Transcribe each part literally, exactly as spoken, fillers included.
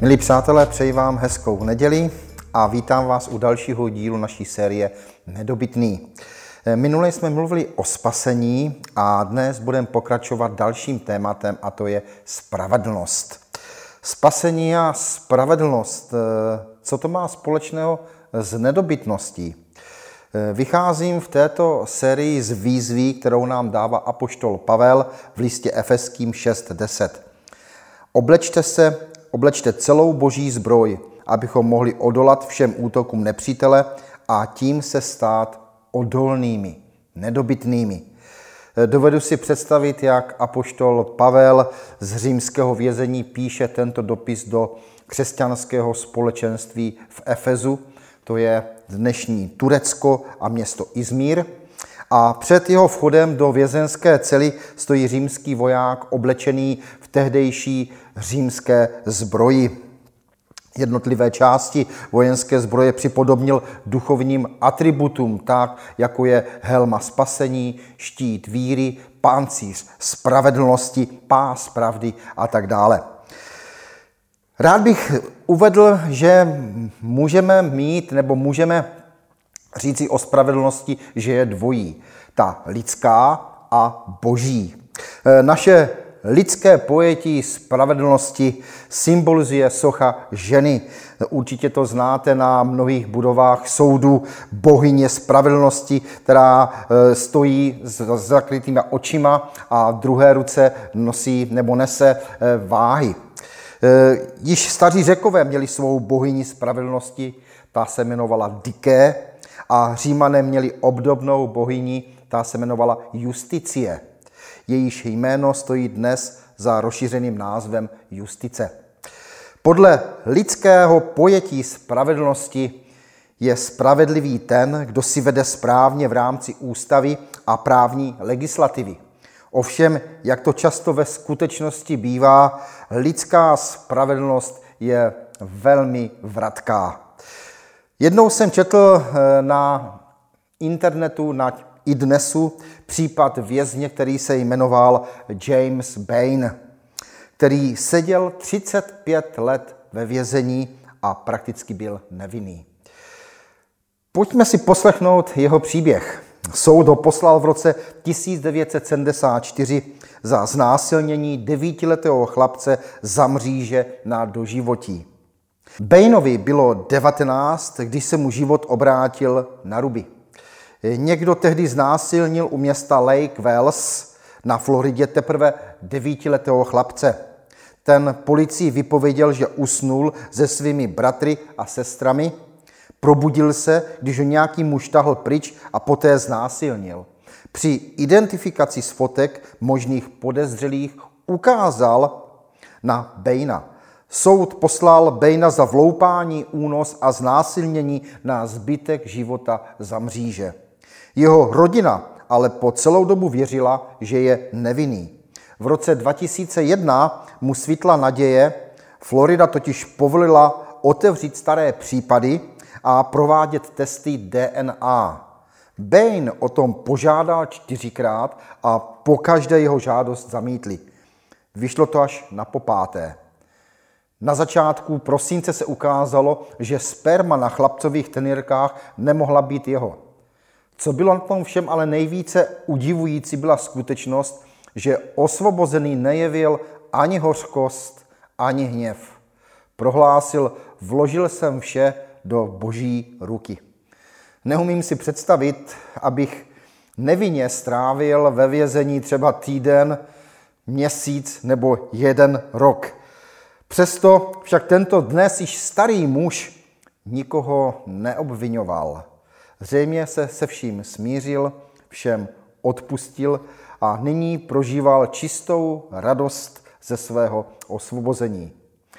Milí přátelé, přeji vám hezkou neděli a vítám vás u dalšího dílu naší série Nedobytný. Minule jsme mluvili o spasení a dnes budeme pokračovat dalším tématem, a to je spravedlnost. Spasení a spravedlnost, co to má společného s nedobytností? Vycházím v této sérii z výzvy, kterou nám dává apoštol Pavel v listě Efeským šest deset. Oblečte se, oblečte celou boží zbroj, abychom mohli odolat všem útokům nepřítele a tím se stát odolnými, nedobytnými. Dovedu si představit, jak apoštol Pavel z římského vězení píše tento dopis do křesťanského společenství v Efezu, to je dnešní Turecko a město Izmír. A před jeho vchodem do vězenské cely stojí římský voják oblečený v tehdejší římské zbroji. Jednotlivé části vojenské zbroje připodobnil duchovním atributům, tak jako je helma spasení, štít víry, pancíř spravedlnosti, pás pravdy a tak dále. Rád bych uvedl, že můžeme mít nebo můžeme říci o spravedlnosti, že je dvojí. Ta lidská a boží. Naše lidské pojetí spravedlnosti symbolizuje socha ženy. Určitě to znáte na mnohých budovách soudu, bohyně spravedlnosti, která stojí s zakrytými očima a v druhé ruce nosí nebo nese váhy. Již staří Řekové měli svou bohyni spravedlnosti, ta se jmenovala Diké, a Římané měli obdobnou bohyni, ta se jmenovala Justicie. Jejíž jméno stojí dnes za rozšířeným názvem Justice. Podle lidského pojetí spravedlnosti je spravedlivý ten, kdo si vede správně v rámci ústavy a právní legislativy. Ovšem, jak to často ve skutečnosti bývá, lidská spravedlnost je velmi vratká. Jednou jsem četl na internetu, na iDnesu, případ vězně, který se jmenoval James Bain, který seděl třicet pět let ve vězení a prakticky byl nevinný. Pojďme si poslechnout jeho příběh. Soud ho poslal v roce tisíc devět set sedmdesát čtyři za znásilnění devítiletého chlapce za mříže na doživotí. Bainovi bylo devatenáct, když se mu život obrátil na ruby. Někdo tehdy znásilnil u města Lake Wales na Floridě teprve devítiletého chlapce. Ten policii vypověděl, že usnul se svými bratry a sestrami, probudil se, když ho nějaký muž tahl pryč a poté znásilnil. Při identifikaci z fotek možných podezřelých ukázal na Baina. Soud poslal Baina za vloupání, únos a znásilnění na zbytek života za mříže. Jeho rodina ale po celou dobu věřila, že je nevinný. V roce dva tisíce jedna mu svítla naděje, Florida totiž povolila otevřít staré případy a provádět testy D N A. Bain o tom požádal čtyřikrát a pokaždé jeho žádost zamítli. Vyšlo to až na popáté. Na začátku prosince se ukázalo, že sperma na chlapcových trenýrkách nemohla být jeho. Co bylo na tom všem ale nejvíce udivující, byla skutečnost, že osvobozený nejevil ani hořkost, ani hněv. Prohlásil, vložil jsem vše do boží ruky. Neumím si představit, abych nevinně strávil ve vězení třeba týden, měsíc nebo jeden rok. Přesto však tento dnes již starý muž nikoho neobvinoval. Zřejmě se se vším smířil, všem odpustil a nyní prožíval čistou radost ze svého osvobození.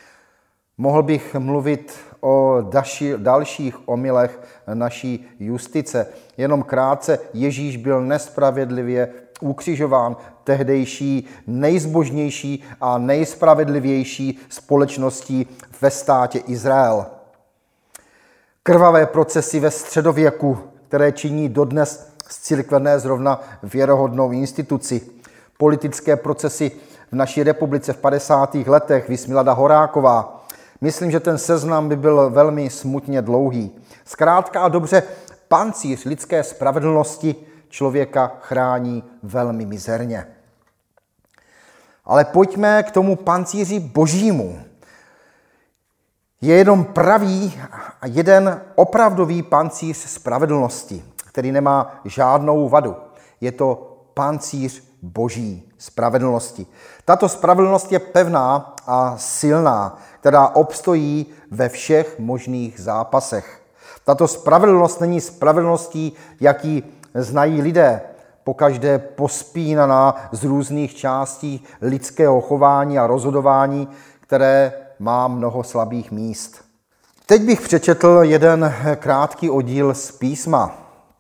Mohl bych mluvit o dalších omylech naší justice. Jenom krátce, Ježíš byl nespravedlivě ukřižován tehdejší nejzbožnější a nejspravedlivější společností ve státě Izrael. Krvavé procesy ve středověku, které činí dodnes z církve ne zrovna věrohodnou instituci. Politické procesy v naší republice v padesátých letech, viz Milada Horáková. Myslím, že ten seznam by byl velmi smutně dlouhý. Zkrátka a dobře, pancíř lidské spravedlnosti člověka chrání velmi mizerně. Ale pojďme k tomu pancíři božímu. Je jenom pravý a jeden opravdový pancíř spravedlnosti, který nemá žádnou vadu. Je to pancíř boží spravedlnosti. Tato spravedlnost je pevná a silná, která obstojí ve všech možných zápasech. Tato spravedlnost není spravedlností, jaký znají lidé, pokaždé pospínaná z různých částí lidského chování a rozhodování, které má mnoho slabých míst. Teď bych přečetl jeden krátký oddíl z písma.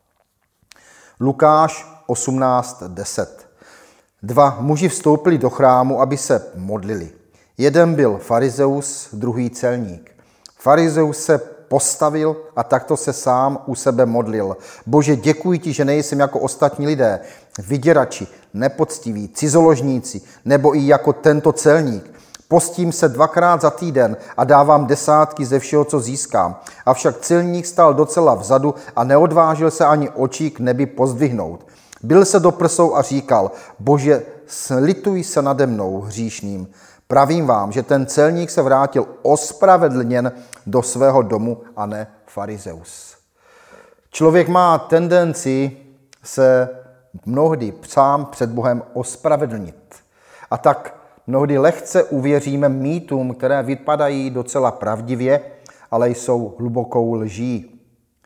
Lukáš osmnáct deset. Dva muži vstoupili do chrámu, aby se modlili. Jeden byl farizeus, druhý celník. Farizeus se postavil a takto se sám u sebe modlil. Bože, děkuji ti, že nejsem jako ostatní lidé, vyděrači, nepoctiví, cizoložníci, nebo i jako tento celník. Postím se dvakrát za týden a dávám desátky ze všeho, co získám. Avšak celník stál docela vzadu a neodvážil se ani očí k nebi pozdvihnout. Bil se do prsou a říkal, Bože, slituj se nade mnou, hříšným. Pravím vám, že ten celník se vrátil ospravedlněn do svého domu a ne farizeus. Člověk má tendenci se mnohdy sám před Bohem ospravedlnit. A tak mnohdy lehce uvěříme mýtům, které vypadají docela pravdivě, ale jsou hlubokou lží.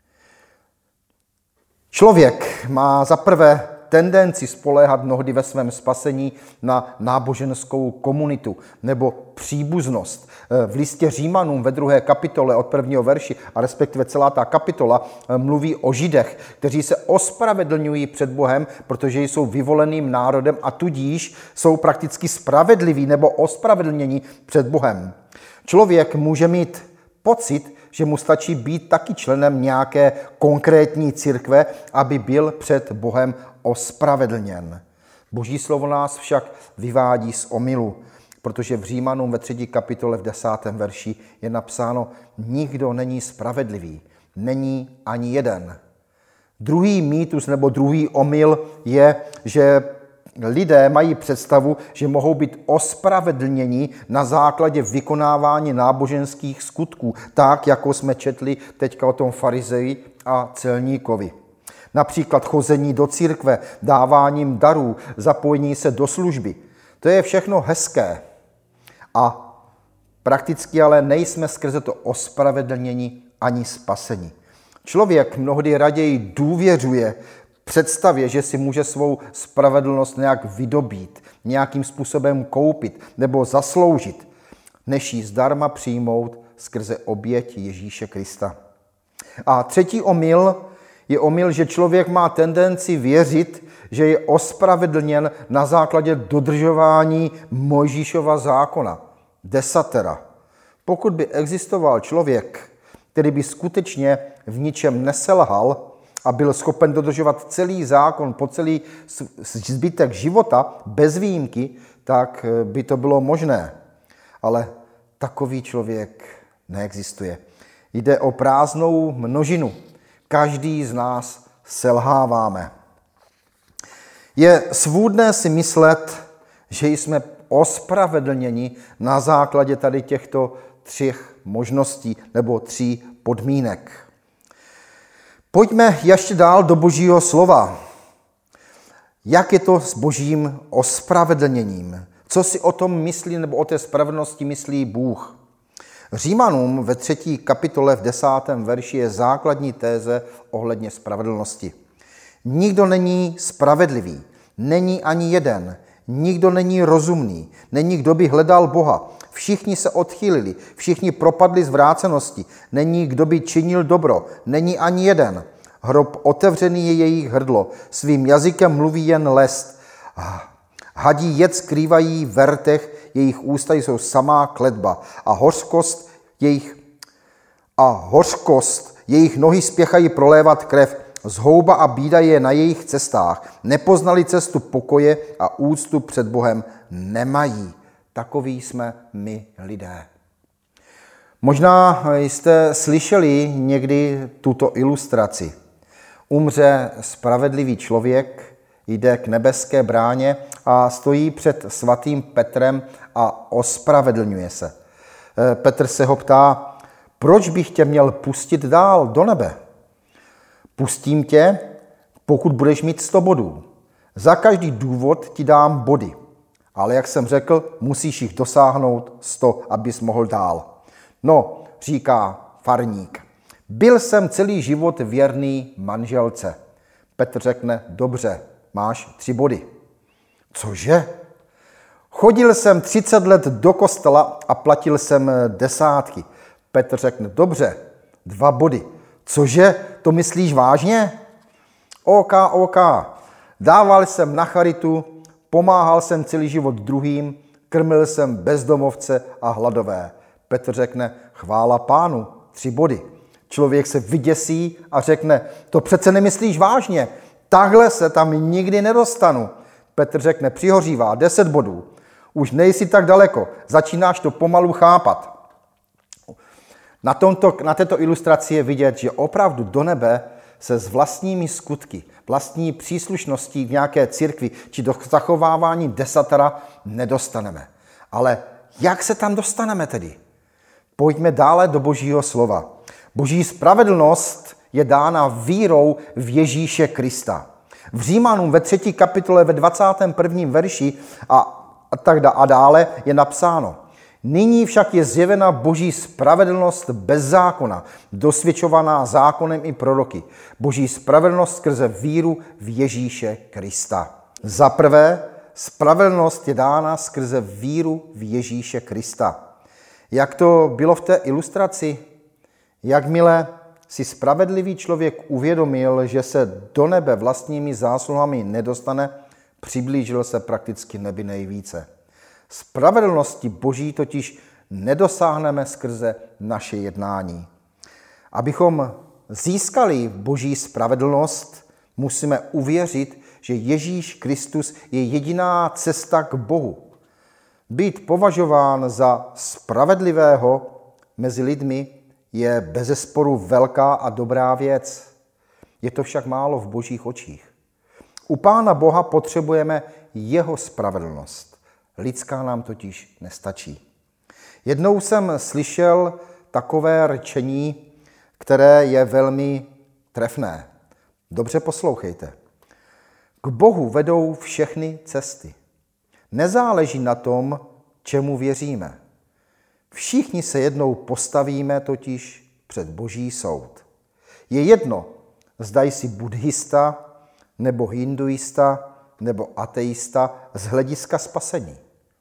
Člověk má zaprvé tendenci spoléhat mnohdy ve svém spasení na náboženskou komunitu nebo příbuznost. V listě Římanům ve druhé kapitole od prvního verši, a respektive celá ta kapitola, mluví o Židech, kteří se ospravedlňují před Bohem, protože jsou vyvoleným národem a tudíž jsou prakticky spravedliví nebo ospravedlnění před Bohem. Člověk může mít pocit, že mu stačí být taky členem nějaké konkrétní církve, aby byl před Bohem ospravedlněn. Boží slovo nás však vyvádí z omylu, protože v Římanům ve třetí kapitole v desátém verši je napsáno, nikdo není spravedlivý, není ani jeden. Druhý mýtus nebo druhý omyl je, že lidé mají představu, že mohou být ospravedlněni na základě vykonávání náboženských skutků, tak, jako jsme četli teďka o tom farizeji a celníkovi. Například chození do církve, dáváním darů, zapojení se do služby. To je všechno hezké. A prakticky ale nejsme skrze to ospravedlněni ani spaseni. Člověk mnohdy raději důvěřuje představě, že si může svou spravedlnost nějak vydobít, nějakým způsobem koupit nebo zasloužit, než ji zdarma přijmout skrze oběť Ježíše Krista. A třetí omyl je omyl, že člověk má tendenci věřit, že je ospravedlněn na základě dodržování Mojžíšova zákona, desatera. Pokud by existoval člověk, který by skutečně v ničem neselhal a byl schopen dodržovat celý zákon po celý zbytek života bez výjimky, tak by to bylo možné. Ale takový člověk neexistuje. Jde o prázdnou množinu. Každý z nás selháváme. Je svůdné si myslet, že jsme ospravedlněni na základě tady těchto třech možností nebo tří podmínek. Pojďme ještě dál do Božího slova. Jak je to s Božím ospravedlněním? Co si o tom myslí nebo o té spravedlnosti myslí Bůh? Římanům ve třetí kapitole v desátém verši je základní téze ohledně spravedlnosti. Nikdo není spravedlivý, není ani jeden, nikdo není rozumný, není kdo by hledal Boha. Všichni se odchýlili, všichni propadli zvrácenosti, není kdo by činil dobro, není ani jeden. Hrob otevřený je jejich hrdlo, svým jazykem mluví jen lest. Hadí jed skrývají v rtech, jejich ústa jsou samá kletba a hořkost jejich, a hořkost jejich nohy spěchají prolévat krev. Zhouba a bída je na jejich cestách. Nepoznali cestu pokoje a úctu před Bohem nemají. Takoví jsme my lidé. Možná jste slyšeli někdy tuto ilustraci. Umře spravedlivý člověk, jde k nebeské bráně a stojí před svatým Petrem a ospravedlňuje se. Petr se ho ptá, proč bych tě měl pustit dál do nebe? Pustím tě, pokud budeš mít sto bodů. Za každý důvod ti dám body. Ale jak jsem řekl, musíš jich dosáhnout sto, abys mohl dál. No, říká farník, byl jsem celý život věrný manželce. Petr řekne, dobře, máš tři body. Cože? Chodil jsem třicet let do kostela a platil jsem desátky. Petr řekne, dobře, dva body. Cože, to myslíš vážně? OK, OK. Dával jsem na charitu, pomáhal jsem celý život druhým, krmil jsem bezdomovce a hladové. Petr řekne, chvála Pánu, tři body. Člověk se vyděsí a řekne, to přece nemyslíš vážně, takhle se tam nikdy nedostanu. Petr řekne, přihořívá, deset bodů. Už nejsi tak daleko, začínáš to pomalu chápat. Na, tomto, na této ilustraci je vidět, že opravdu do nebe se s vlastními skutky, vlastní příslušností v nějaké církvi či do zachovávání desatera nedostaneme. Ale jak se tam dostaneme tedy? Pojďme dále do Božího slova. Boží spravedlnost je dána vírou v Ježíše Krista. V Římanům ve třetí kapitole ve dvacátém prvním verši a, a tak a dále je napsáno. Nyní však je zjevena Boží spravedlnost bez zákona, dosvědčovaná zákonem i proroky. Boží spravedlnost skrze víru v Ježíše Krista. Za prvé, spravedlnost je dána skrze víru v Ježíše Krista. Jak to bylo v té ilustraci? Jakmile si spravedlivý člověk uvědomil, že se do nebe vlastními zásluhami nedostane, přiblížil se prakticky nebi nejvíce. Spravedlnosti Boží totiž nedosáhneme skrze naše jednání. Abychom získali Boží spravedlnost, musíme uvěřit, že Ježíš Kristus je jediná cesta k Bohu. Být považován za spravedlivého mezi lidmi je bezesporu velká a dobrá věc. Je to však málo v Božích očích. U Pána Boha potřebujeme jeho spravedlnost. Lidská nám totiž nestačí. Jednou jsem slyšel takové rčení, které je velmi trefné. Dobře poslouchejte. K Bohu vedou všechny cesty. Nezáleží na tom, čemu věříme. Všichni se jednou postavíme totiž před Boží soud. Je jedno, zda jsi buddhista, nebo hinduista, nebo ateista z hlediska spasení.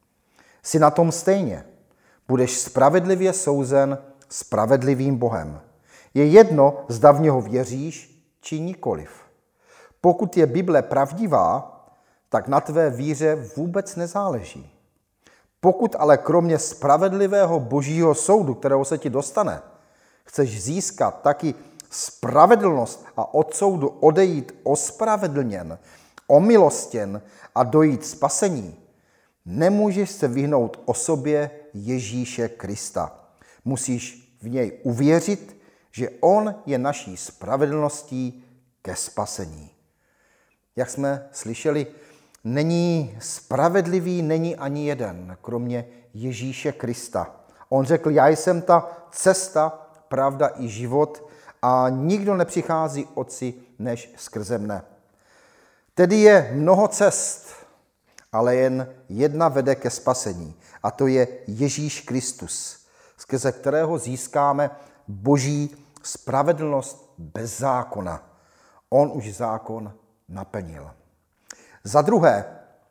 Jsi na tom stejně. Budeš spravedlivě souzen spravedlivým Bohem. Je jedno, zda v něho věříš, či nikoliv. Pokud je Bible pravdivá, tak na tvé víře vůbec nezáleží. Pokud ale kromě spravedlivého Božího soudu, kterého se ti dostane, chceš získat taky spravedlnost a od soudu odejít ospravedlněn, omilostěn a dojít spasení, nemůžeš se vyhnout osobě Ježíše Krista. Musíš v něj uvěřit, že on je naší spravedlností ke spasení. Jak jsme slyšeli, není spravedlivý, není ani jeden, kromě Ježíše Krista. On řekl, já jsem ta cesta, pravda i život a nikdo nepřichází Otci než skrze mne. Tedy je mnoho cest, ale jen jedna vede ke spasení a to je Ježíš Kristus, skrze kterého získáme Boží spravedlnost bez zákona. On už zákon naplnil. Za druhé,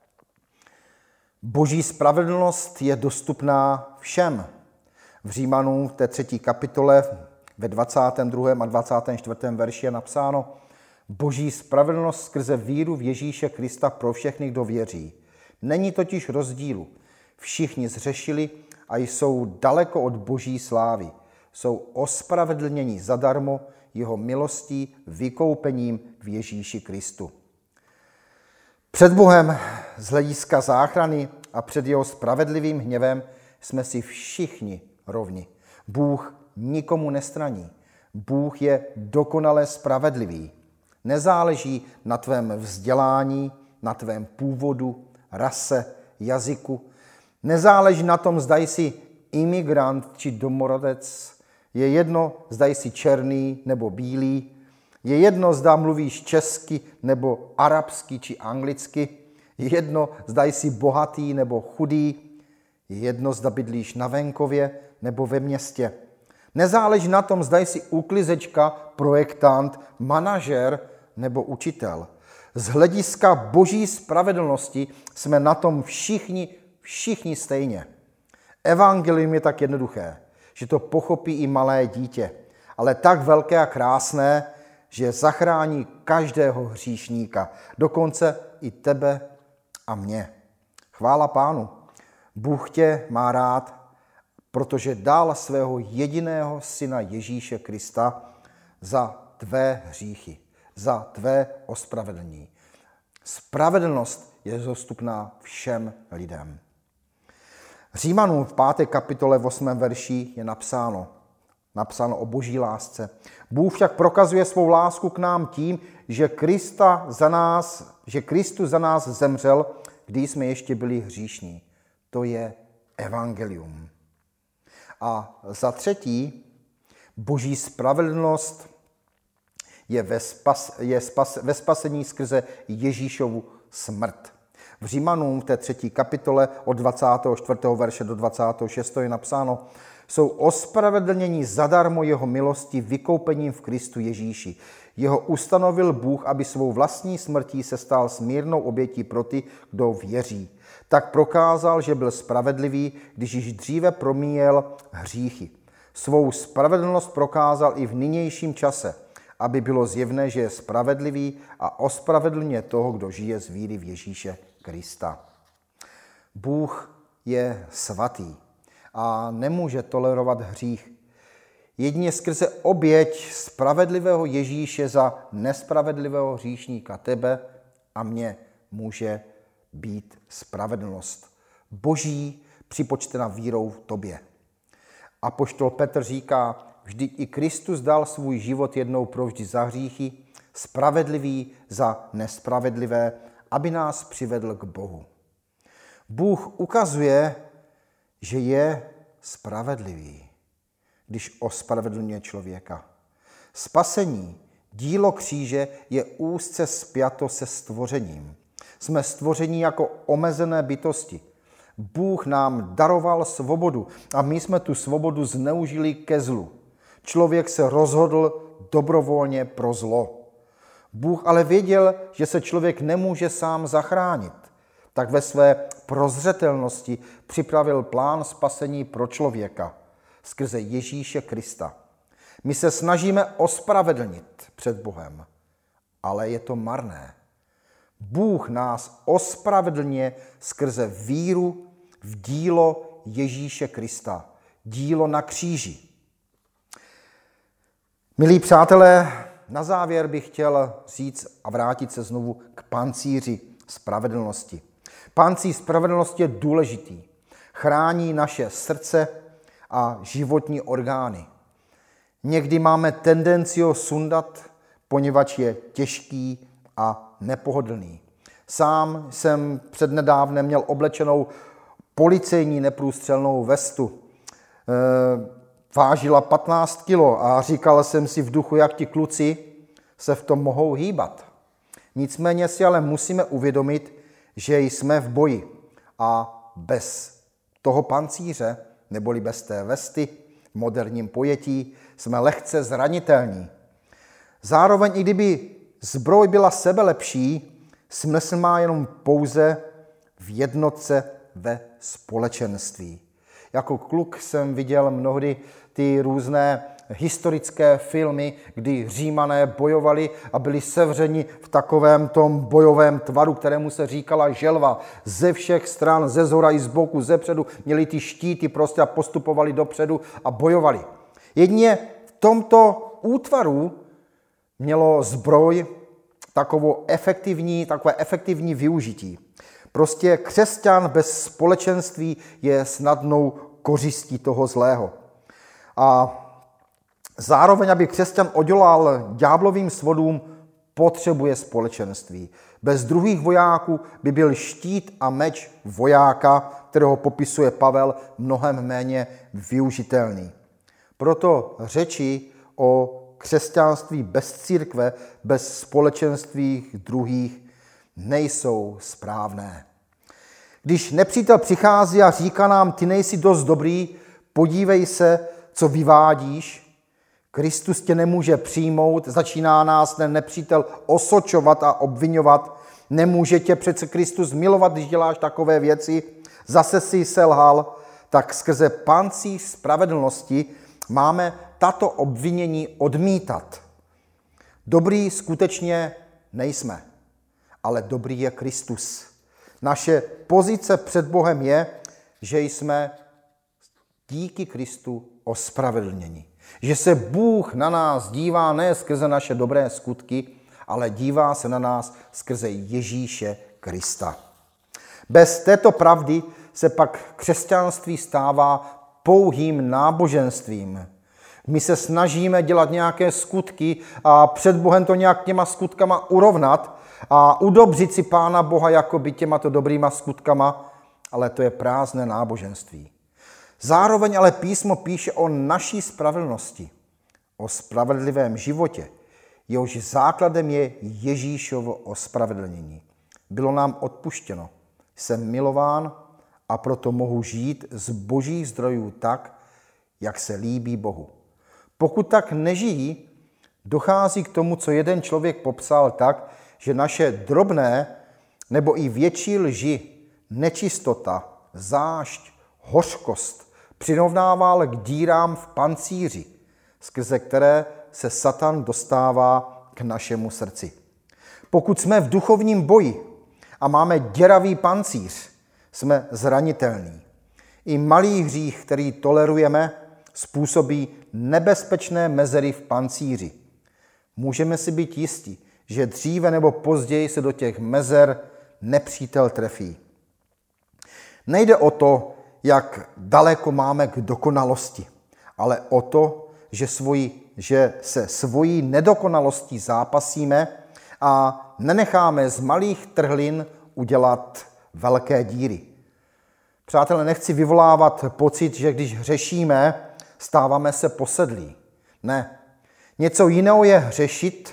Boží spravedlnost je dostupná všem. V Římanům v té třetí kapitole ve dvacátém druhém a dvacátém čtvrtém verši je napsáno Boží spravedlnost skrze víru v Ježíše Krista pro všechny, kdo věří. Není totiž rozdílu. Všichni zřešili a jsou daleko od Boží slávy. Jsou ospravedlněni zadarmo jeho milostí, vykoupením v Ježíši Kristu. Před Bohem z hlediska záchrany a před jeho spravedlivým hněvem jsme si všichni rovni. Bůh nikomu nestraní. Bůh je dokonale spravedlivý. Nezáleží na tvém vzdělání, na tvém původu, rase, jazyku. Nezáleží na tom, zda jsi imigrant či domorodec. Je jedno, zda jsi černý nebo bílý. Je jedno, zda mluvíš česky nebo arabsky či anglicky. Je jedno, zda jsi bohatý nebo chudý. Je jedno, zda bydlíš na venkově nebo ve městě. Nezáleží na tom, zda jsi uklizečka, projektant, manažer nebo učitel. Z hlediska boží spravedlnosti jsme na tom všichni, všichni stejně. Evangelium je tak jednoduché, že to pochopí i malé dítě, ale tak velké a krásné, že zachrání každého hříšníka, dokonce i tebe a mě. Chvála Pánu. Bůh tě má rád, protože dal svého jediného syna Ježíše Krista za tvé hříchy, za tvé ospravedlnění. Spravedlnost je dostupná všem lidem. Římanům v páté kapitole v osmém verši je napsáno, napsáno o boží lásce. Bůh však prokazuje svou lásku k nám tím, že, Krista za nás, že Kristus za nás zemřel, když jsme ještě byli hříšní. To je evangelium. A za třetí, boží spravedlnost je ve, spas, je spas, ve spasení skrze Ježíšovu smrt. V Římanům v té třetí kapitole od dvacátého čtvrtého verše do dvacátého šestého je napsáno: jsou ospravedlněni zadarmo jeho milosti vykoupením v Kristu Ježíši. Jeho ustanovil Bůh, aby svou vlastní smrtí se stal smírnou obětí pro ty, kdo věří. Tak prokázal, že byl spravedlivý, když již dříve promíjel hříchy. Svou spravedlnost prokázal i v nynějším čase, aby bylo zjevné, že je spravedlivý a ospravedlňuje toho, kdo žije z víry v Ježíše Krista. Bůh je svatý a nemůže tolerovat hřích. Jedině skrze oběť spravedlivého Ježíše za nespravedlivého hříšníka tebe a mě může být spravedlnost boží připočtena vírou v tobě. Apoštol Petr říká: vždyť i Kristus dal svůj život jednou provždy za hříchy, spravedlivý za nespravedlivé, aby nás přivedl k Bohu. Bůh ukazuje, že je spravedlivý, když ospravedlňuje člověka. Spasení, dílo kříže je úzce spjato se stvořením. Jsme stvoření jako omezené bytosti. Bůh nám daroval svobodu a my jsme tu svobodu zneužili ke zlu. Člověk se rozhodl dobrovolně pro zlo. Bůh ale věděl, že se člověk nemůže sám zachránit. Tak ve své prozřetelnosti připravil plán spasení pro člověka skrze Ježíše Krista. My se snažíme ospravedlnit před Bohem, ale je to marné. Bůh nás ospravedlňuje skrze víru v dílo Ježíše Krista, dílo na kříži. Milí přátelé, na závěr bych chtěl říct a vrátit se znovu k pancíři spravedlnosti. Pancíř spravedlnosti je důležitý. Chrání naše srdce a životní orgány. Někdy máme tendenci ho sundat, poněvadž je těžký a nepohodlný. Sám jsem přednedávnem měl oblečenou policejní neprůstřelnou vestu. E, vážila patnáct kilo a říkal jsem si v duchu, jak ti kluci se v tom mohou hýbat. Nicméně si ale musíme uvědomit, že jsme v boji a bez toho pancíře, neboli bez té vesty, v moderním pojetí, jsme lehce zranitelní. Zároveň, i kdyby zbroj byla sebelepší, smysl má jenom pouze v jednotce ve společenství. Jako kluk jsem viděl mnohdy ty různé historické filmy, kdy Římané bojovali a byli sevřeni v takovém tom bojovém tvaru, kterému se říkala želva. Ze všech stran, ze zhora i z boku, ze předu měli ty štíty prostě a postupovali dopředu a bojovali. Jedině v tomto útvaru mělo zbroj takovou efektivní, takové efektivní využití. Prostě křesťan bez společenství je snadnou kořistí toho zlého. A zároveň, aby křesťan odolal ďáblovým svodům, potřebuje společenství. Bez druhých vojáků by byl štít a meč vojáka, kterého popisuje Pavel, mnohem méně využitelný. Proto řeči o křesťanství bez církve, bez společenství druhých nejsou správné. Když nepřítel přichází a říká nám, ty nejsi dost dobrý, podívej se, co vyvádíš, Kristus tě nemůže přijmout, začíná nás ten nepřítel osočovat a obvinovat, nemůže tě přece Kristus milovat, když děláš takové věci, zase si selhal, tak skrze pancíř spravedlnosti máme tato obvinění odmítat. Dobrý skutečně nejsme, ale dobrý je Kristus. Naše pozice před Bohem je, že jsme díky Kristu ospravedlněni. Že se Bůh na nás dívá ne skrze naše dobré skutky, ale dívá se na nás skrze Ježíše Krista. Bez této pravdy se pak křesťanství stává pouhým náboženstvím. My se snažíme dělat nějaké skutky a před Bohem to nějak těma skutkama urovnat a udobřit si Pána Boha jakoby těmato dobrýma skutkama, ale to je prázdné náboženství. Zároveň ale písmo píše o naší spravedlnosti, o spravedlivém životě. Jehož základem je Ježíšovo ospravedlnění. Bylo nám odpuštěno. Jsem milován a proto mohu žít z božích zdrojů tak, jak se líbí Bohu. Pokud tak nežijí, dochází k tomu, co jeden člověk popsal tak, že naše drobné nebo i větší lži, nečistota, zášť, hořkost přirovnával k dírám v pancíři, skrze které se Satan dostává k našemu srdci. Pokud jsme v duchovním boji a máme děravý pancíř, jsme zranitelní. I malý hřích, který tolerujeme, způsobí nebezpečné mezery v pancíři. Můžeme si být jistí, že dříve nebo později se do těch mezer nepřítel trefí. Nejde o to, jak daleko máme k dokonalosti, ale o to, že, svoji, že se svojí nedokonalostí zápasíme a nenecháme z malých trhlin udělat velké díry. Přátelé, nechci vyvolávat pocit, že když hřešíme, stáváme se posedlí. Ne. Něco jiného je hřešit,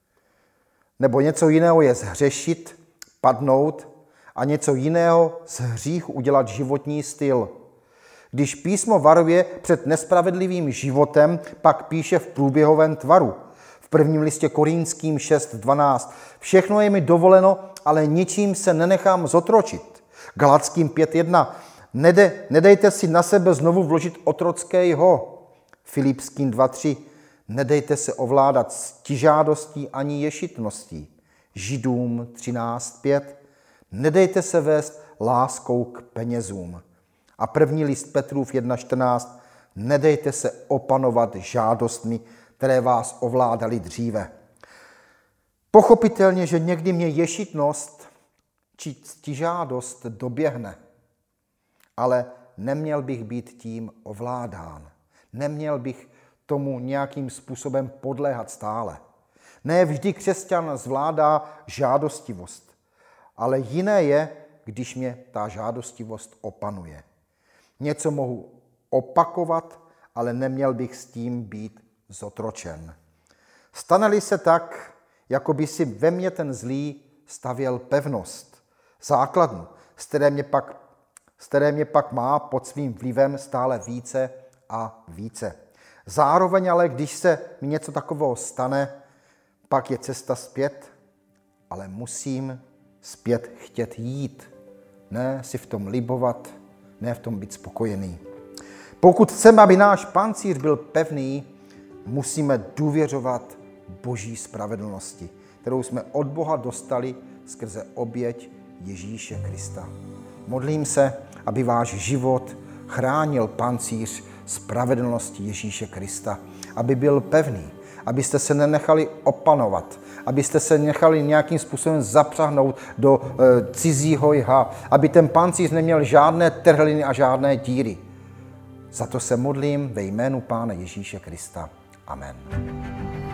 nebo něco jiného je zhřešit, padnout, a něco jiného z hříchu udělat životní styl. Když písmo varuje před nespravedlivým životem, pak píše v průběhovém tvaru. V prvním listě Korinským šest dvanáct. Všechno je mi dovoleno, ale ničím se nenechám zotročit. Galackým pět jedna. Nede, nedejte si na sebe znovu vložit otrockého. Filipským dva tři. Nedejte se ovládat ctižádostí ani ješitností. Židům třináct pět. Nedejte se vést láskou k penězům. A první list Petrův jedna čtrnáct. Nedejte se opanovat žádostmi, které vás ovládaly dříve. Pochopitelně, že někdy mě ješitnost či ctižádost doběhne, ale neměl bych být tím ovládán. Neměl bych tomu nějakým způsobem podléhat stále. Ne vždy křesťan zvládá žádostivost, ale jiné je, když mě ta žádostivost opanuje. Něco mohu opakovat, ale neměl bych s tím být zotročen. Stane-li se tak, jako by si ve mně ten zlý stavěl pevnost, základnu, z které mě pak, z které mě pak má pod svým vlivem stále více a více. Zároveň ale, když se mi něco takového stane, pak je cesta zpět, ale musím zpět chtět jít. Ne si v tom libovat, ne v tom být spokojený. Pokud chceme, aby náš pancíř byl pevný, musíme důvěřovat Boží spravedlnosti, kterou jsme od Boha dostali skrze oběť Ježíše Krista. Modlím se, aby váš život chránil pancíř spravedlnosti Ježíše Krista, aby byl pevný, abyste se nenechali opanovat, abyste se nechali nějakým způsobem zapřahnout do e, cizího jha, aby ten pancíř neměl žádné trhliny a žádné díry. Za to se modlím ve jménu Pána Ježíše Krista. Amen.